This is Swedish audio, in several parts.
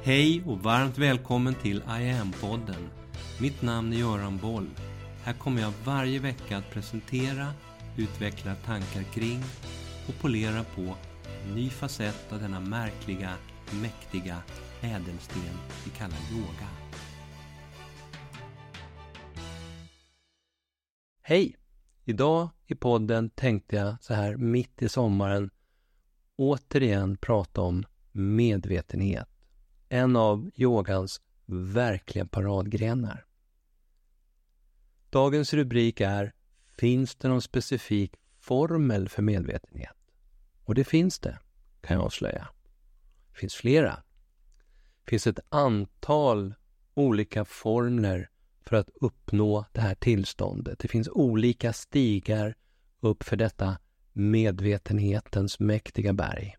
Hej och varmt välkommen till I Am-podden. Mitt namn är Göran Boll. Här kommer jag varje vecka att presentera, utveckla tankar kring och polera på en ny facett av denna märkliga, mäktiga ädelsten vi kallar yoga. Hej! Idag i podden tänkte jag så här mitt i sommaren återigen prata om medvetenhet. En av yogans verkliga paradgrenar. Dagens rubrik är: finns det någon specifik formel för medvetenhet? Och det finns det, kan jag avslöja. Det finns flera. Det finns ett antal olika formler för att uppnå det här tillståndet. Det finns olika stigar upp för detta medvetenhetens mäktiga berg.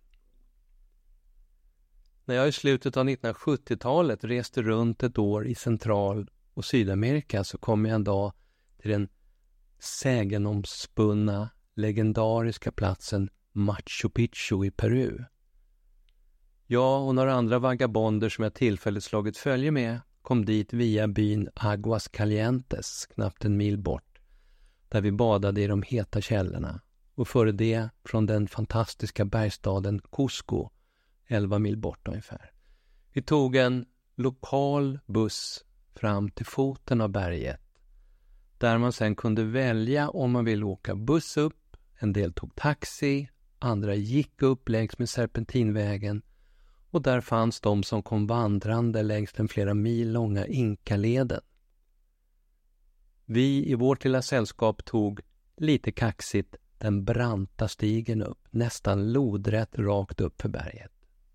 När jag i slutet av 1970-talet reste runt ett år i Central- och Sydamerika så kom jag en dag till den sägenomspunna, legendariska platsen Machu Picchu i Peru. Jag och några andra vagabonder som jag tillfälligt slagit följe med kom dit via byn Aguas Calientes, knappt en mil bort, där vi badade i de heta källorna, och före det från den fantastiska bergstaden Cusco, 11 mil bort ungefär. Vi tog en lokal buss fram till foten av berget, där man sen kunde välja om man ville åka buss upp. En del tog taxi, andra gick upp längs med serpentinvägen, och där fanns de som kom vandrande längs den flera mil långa Inkaleden. Vi i vårt lilla sällskap tog lite kaxigt den branta stigen upp, nästan lodrätt rakt upp för berget.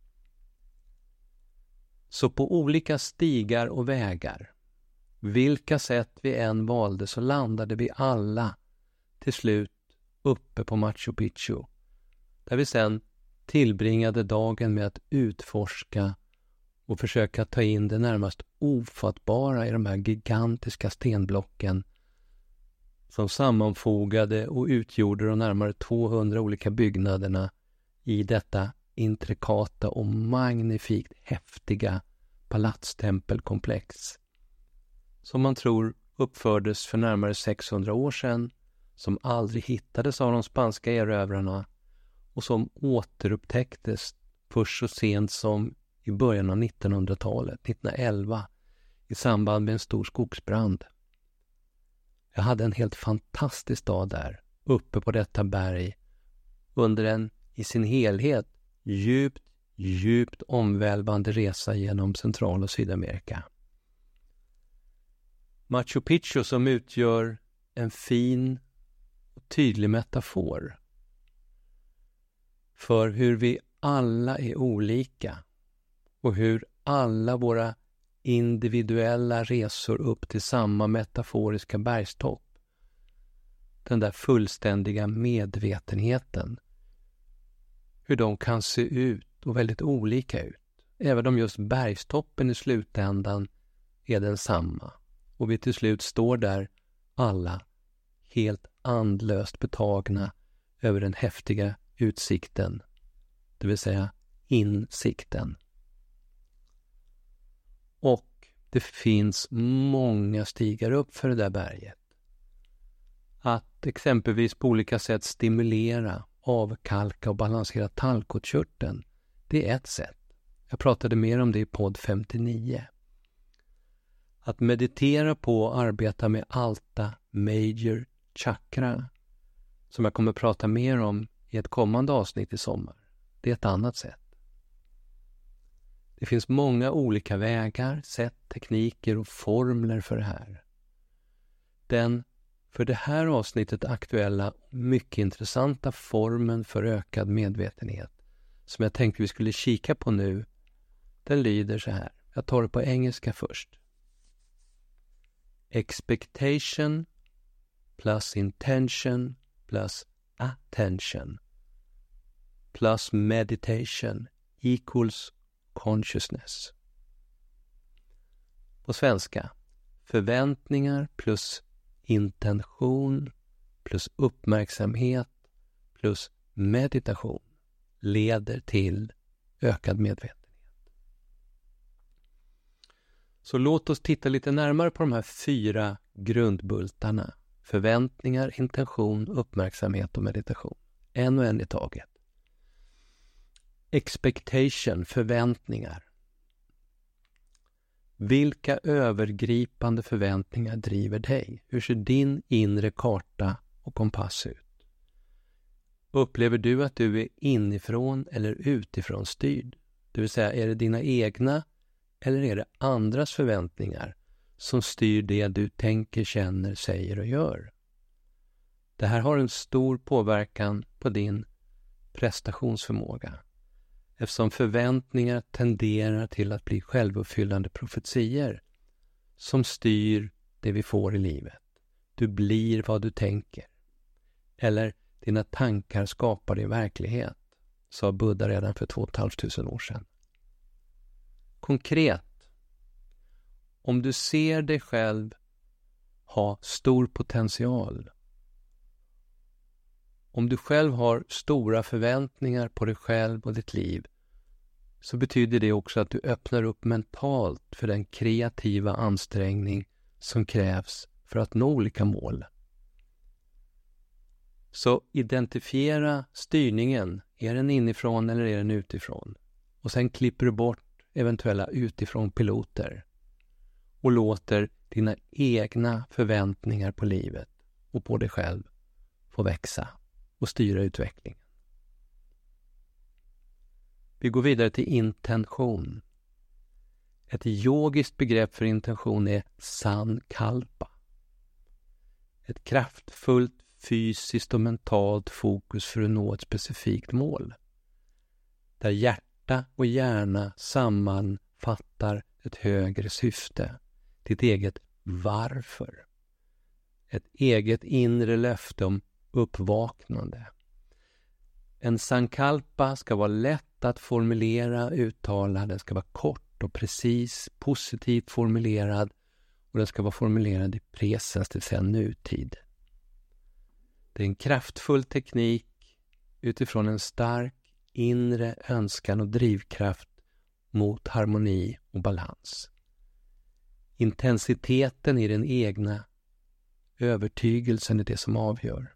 Så på olika stigar och vägar, vilka sätt vi än valde, så landade vi alla till slut uppe på Machu Picchu, där vi sen tillbringade dagen med att utforska och försöka ta in det närmast ofattbara i de här gigantiska stenblocken som sammanfogade och utgjorde de närmare 200 olika byggnaderna i detta intrikata och magnifikt häftiga palatstempelkomplex som man tror uppfördes för närmare 600 år sedan, som aldrig hittades av de spanska erövrarna och som återupptäcktes först så sent som i början av 1900-talet, 1911, i samband med en stor skogsbrand. Jag hade en helt fantastisk dag där, uppe på detta berg, under en i sin helhet djupt omvälvande resa genom Central- och Sydamerika. Machu Picchu, som utgör en fin och tydlig metafor för hur vi alla är olika och hur alla våra individuella resor upp till samma metaforiska bergstopp, den där fullständiga medvetenheten, hur de kan se ut och väldigt olika ut. Även om just bergstoppen i slutändan är densamma. Och vi till slut står där alla helt andlöst betagna över den häftiga utsikten, det vill säga insikten. Och det finns många stigar upp för det där berget. Att exempelvis på olika sätt stimulera, avkalka och balansera tallkottkörteln, det är ett sätt. Jag pratade mer om det i podd 59. Att meditera på och arbeta med Alta Major Chakra, som jag kommer att prata mer om i ett kommande avsnitt i sommar, det är ett annat sätt. Det finns många olika vägar, sätt, tekniker och formler för det här. Den för det här avsnittet aktuella och mycket intressanta formen för ökad medvetenhet som jag tänkte vi skulle kika på nu, den lyder så här. Jag tar det på engelska först. Expectation plus intention plus attention plus meditation equals consciousness. På svenska: förväntningar plus intention plus uppmärksamhet plus meditation leder till ökad medvetenhet. Så låt oss titta lite närmare på de här 4 grundbultarna. Förväntningar, intention, uppmärksamhet och meditation. En och en i taget. Expectation, förväntningar. Vilka övergripande förväntningar driver dig? Hur ser din inre karta och kompass ut? Upplever du att du är inifrån eller utifrån styrd? Det vill säga, är det dina egna eller är det andras förväntningar som styr det du tänker, känner, säger och gör? Det här har en stor påverkan på din prestationsförmåga, eftersom förväntningar tenderar till att bli självuppfyllande profetier som styr det vi får i livet. Du blir vad du tänker. Eller dina tankar skapar din verklighet, sa Buddha redan för 2500 år sedan. Konkret, om du ser dig själv ha stor potential, om du själv har stora förväntningar på dig själv och ditt liv, så betyder det också att du öppnar upp mentalt för den kreativa ansträngning som krävs för att nå olika mål. Så identifiera styrningen. Är den inifrån eller är den utifrån? Och sen klipper du bort eventuella utifrån piloter och låter dina egna förväntningar på livet och på dig själv få växa och styra utvecklingen. Vi går vidare till intention. Ett yogiskt begrepp för intention är sankalpa. Ett kraftfullt fysiskt och mentalt fokus för att nå ett specifikt mål. Där hjärta och hjärna sammanfattar ett högre syfte. Ditt eget varför. Ett eget inre löfte om uppvaknande. En sankalpa ska vara lätt att formulera, uttala. Den ska vara kort och precis, positivt formulerad. Och den ska vara formulerad i presens, det vill säga nutid. Det är en kraftfull teknik utifrån en stark inre önskan och drivkraft mot harmoni och balans. Intensiteten i den egna övertygelsen är det som avgör.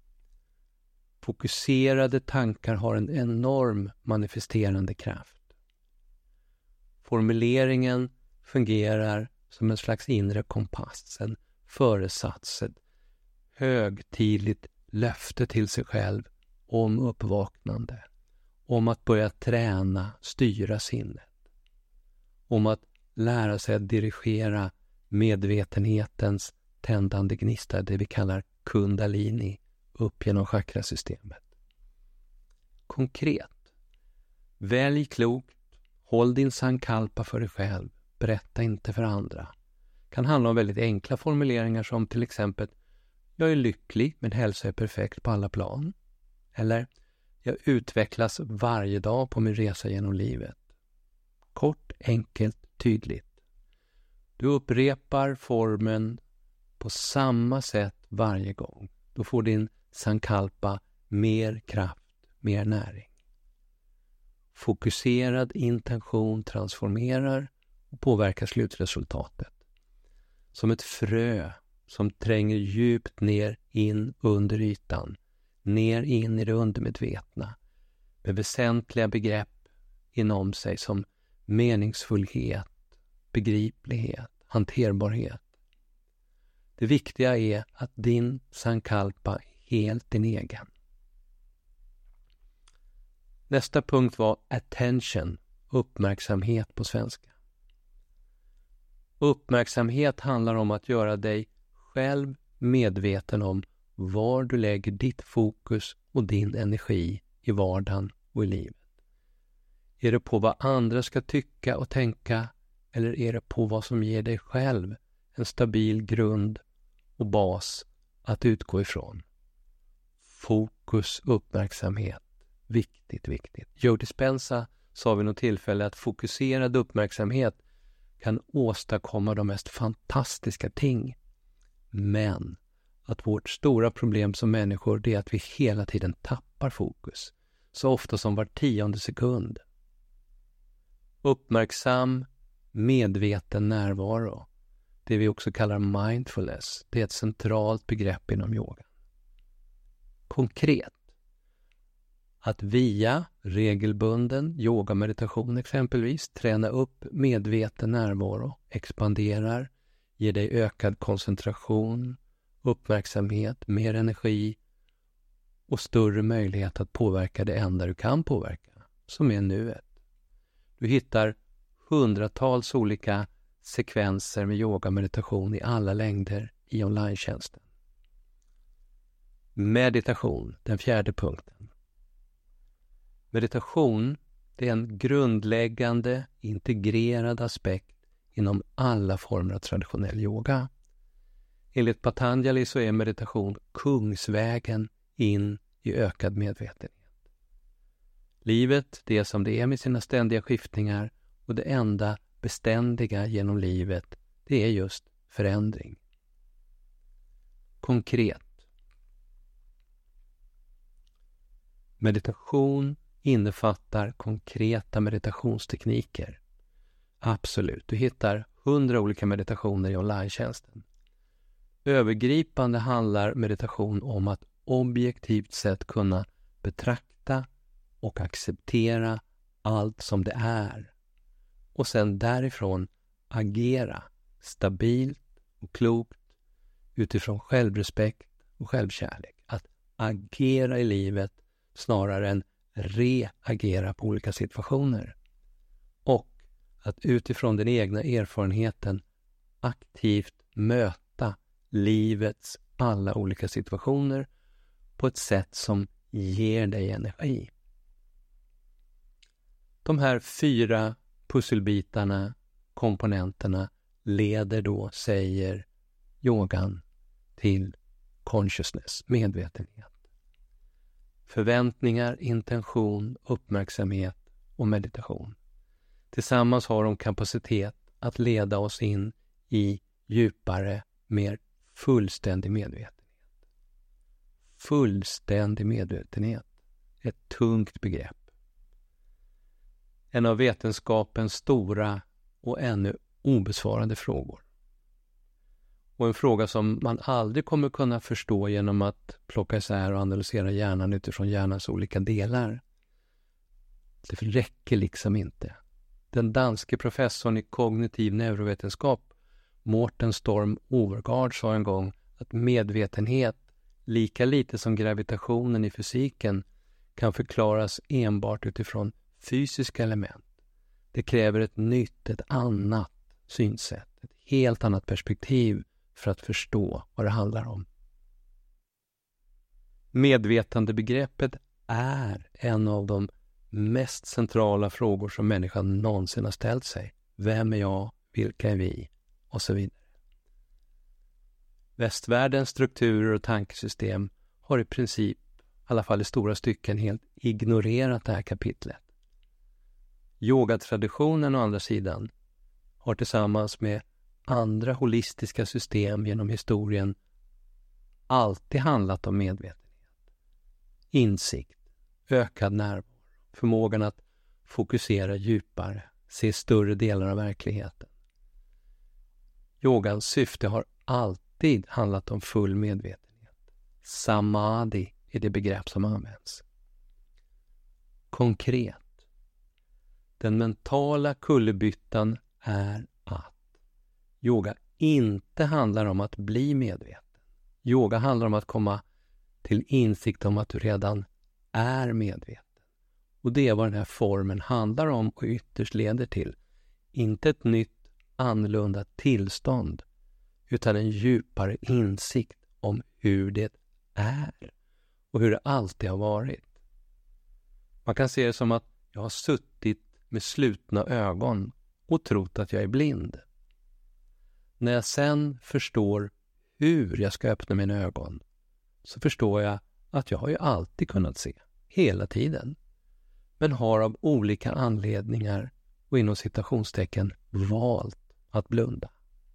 Fokuserade tankar har en enorm manifesterande kraft. Formuleringen fungerar som en slags inre kompass, en föresats, ett högtidligt löfte till sig själv om uppvaknande, om att börja träna, styra sinnet, om att lära sig att dirigera medvetenhetens tändande gnista, det vi kallar kundalini, upp genom chakrasystemet. Konkret, välj klokt, håll din sankalpa för dig själv, berätta inte för andra. Det kan handla om väldigt enkla formuleringar som till exempel: jag är lycklig, min hälsa är perfekt på alla plan. Eller: jag utvecklas varje dag på min resa genom livet. Kort, enkelt, tydligt. Du upprepar formen på samma sätt varje gång. Då får din sankalpa mer kraft, mer näring. Fokuserad intention transformerar och påverkar slutresultatet. Som ett frö som tränger djupt ner in under ytan, ner in i det undermedvetna, med väsentliga begrepp inom sig som meningsfullhet, begriplighet, hanterbarhet. Det viktiga är att din sankalpa är helt din egen. Nästa punkt var attention, uppmärksamhet på svenska. Uppmärksamhet handlar om att göra dig själv medveten om var du lägger ditt fokus och din energi i vardagen och i livet. Är det på vad andra ska tycka och tänka, eller är det på vad som ger dig själv en stabil grund och bas att utgå ifrån? Fokus, uppmärksamhet. Viktigt, viktigt. Joe Dispenza sa vid något tillfälle att fokuserad uppmärksamhet kan åstadkomma de mest fantastiska ting. Men att vårt stora problem som människor, det är att vi hela tiden tappar fokus. Så ofta som var 10:e sekund. Uppmärksam medveten närvaro. Det vi också kallar mindfulness. Det är ett centralt begrepp inom yoga. Konkret. Att via regelbunden yogameditation exempelvis träna upp medveten närvaro, expanderar, ger dig ökad koncentration, uppmärksamhet, mer energi och större möjlighet att påverka det enda du kan påverka, som är nuet. Du hittar hundratals olika sekvenser med yogameditation i alla längder i online-tjänsten. Meditation, den 4:e punkten. Meditation, det är en grundläggande, integrerad aspekt inom alla former av traditionell yoga. Enligt Patanjali så är meditation kungsvägen in i ökad medvetenhet. Livet, det är som det är med sina ständiga skiftningar, och det enda beständiga genom livet, det är just förändring. Konkret. Meditation innefattar konkreta meditationstekniker. Absolut, du hittar 100 olika meditationer i online-tjänsten. Övergripande handlar meditation om att objektivt sett kunna betrakta och acceptera allt som det är. Och sen därifrån agera stabilt och klokt utifrån självrespekt och självkärlek. Att agera i livet snarare än reagera på olika situationer. Och att utifrån den egna erfarenheten aktivt möta livets alla olika situationer på ett sätt som ger dig energi. De här 4 pusselbitarna, komponenterna, leder då, säger yogan, till consciousness, medvetenhet. Förväntningar, intention, uppmärksamhet och meditation. Tillsammans har de kapacitet att leda oss in i djupare, mer fullständig medvetenhet. Fullständig medvetenhet. Ett tungt begrepp. En av vetenskapens stora och ännu obesvarade frågor. Och en fråga som man aldrig kommer kunna förstå genom att plocka isär och analysera hjärnan utifrån hjärnans olika delar. Det räcker liksom inte. Den danske professorn i kognitiv neurovetenskap, Morten Storm Overgaard, sa en gång att medvetenhet, lika lite som gravitationen i fysiken, kan förklaras enbart utifrån fysiska element. Det kräver ett nytt, ett annat synsätt, ett helt annat perspektiv för att förstå vad det handlar om. Medvetandebegreppet är en av de mest centrala frågor som människan någonsin har ställt sig. Vem är jag? Vilka är vi? Och så vidare. Västvärldens strukturer och tankesystem har i princip, i alla fall i stora stycken, helt ignorerat det här kapitlet. Yogatraditionen å andra sidan har tillsammans med andra holistiska system genom historien alltid handlat om medvetenhet, insikt, ökad närvaro, förmågan att fokusera djupare, se större delar av verkligheten. Yogans syfte har alltid handlat om full medvetenhet. Samadhi är det begrepp som används. Konkret. Den mentala kullerbyttan är att yoga inte handlar om att bli medveten. Yoga handlar om att komma till insikt om att du redan är medveten. Och det är vad den här formen handlar om och ytterst leder till. Inte ett nytt, annorlunda tillstånd, utan en djupare insikt om hur det är och hur det alltid har varit. Man kan se det som att jag har suttit med slutna ögon och trott att jag är blind. När jag sen förstår hur jag ska öppna mina ögon, så förstår jag att jag har ju alltid kunnat se, hela tiden, men har av olika anledningar och inom citationstecken valt att blunda.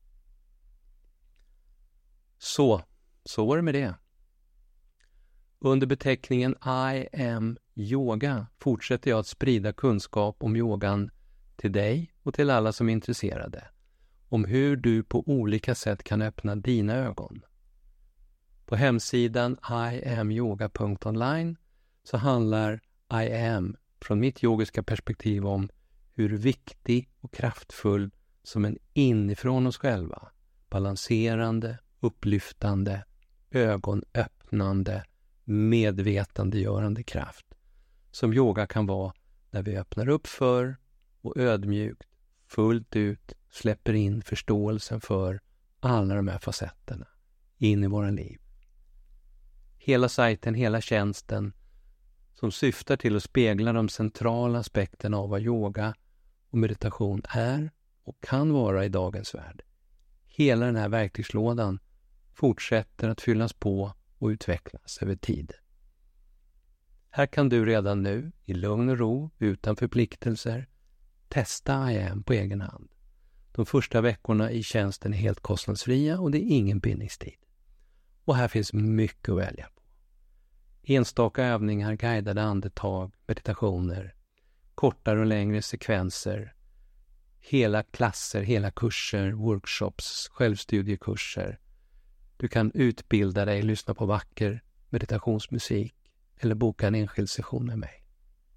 Så var det med det. Under beteckningen I am yoga fortsätter jag att sprida kunskap om yogan till dig och till alla som är intresserade om hur du på olika sätt kan öppna dina ögon. På hemsidan iamyoga.online så handlar I am från mitt yogiska perspektiv om hur viktig och kraftfull som en inifrån oss själva, balanserande, upplyftande, ögonöppnande, medvetandegörande kraft som yoga kan vara när vi öppnar upp för och ödmjukt, fullt ut släpper in förståelsen för alla de här facetterna in i våra liv. Hela sajten, hela tjänsten som syftar till att spegla de centrala aspekterna av vad yoga och meditation är och kan vara i dagens värld. Hela den här verktygslådan fortsätter att fyllas på och utvecklas över tid. Här kan du redan nu, i lugn och ro, utan förpliktelser, testa I am på egen hand. De första veckorna i tjänsten är helt kostnadsfria och det är ingen bindningstid. Och här finns mycket att välja på. Enstaka övningar, guidade andetag, meditationer, kortare och längre sekvenser, hela klasser, hela kurser, workshops, självstudiekurser. Du kan utbilda dig, lyssna på vacker meditationsmusik eller boka en enskild session med mig.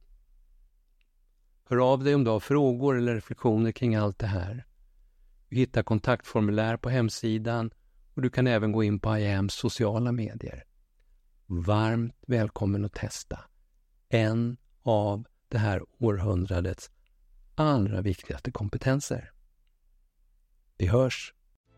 Hör av dig om du har frågor eller reflektioner kring allt det här. Du hittar kontaktformulär på hemsidan och du kan även gå in på IAMs sociala medier. Varmt välkommen att testa en av det här århundradets allra viktigaste kompetenser. Vi hörs!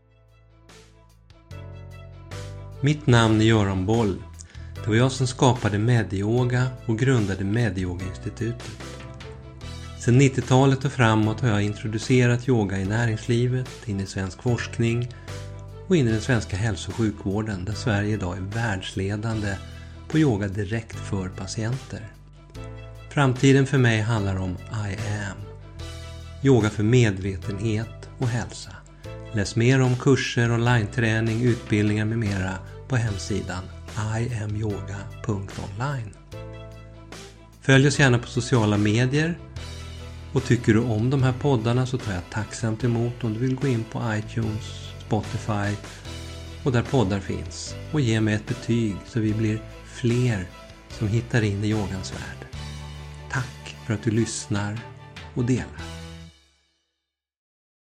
Mitt namn är Göran Boll. Det var jag som skapade Medyoga och grundade Medyoga-institutet. Sedan 90-talet och framåt har jag introducerat yoga i näringslivet, in i svensk forskning och in i den svenska hälso- och sjukvården där Sverige idag är världsledande på yoga direkt för patienter. Framtiden för mig handlar om I am. Yoga för medvetenhet och hälsa. Läs mer om kurser, online-träning, utbildningar med mera på hemsidan iamyoga.online. Följ oss gärna på sociala medier och tycker du om de här poddarna så tar jag tacksamt emot om du vill gå in på iTunes, Spotify och där poddar finns och ge mig ett betyg så vi blir fler som hittar in i yogans värld. Tack för att du lyssnar och delar.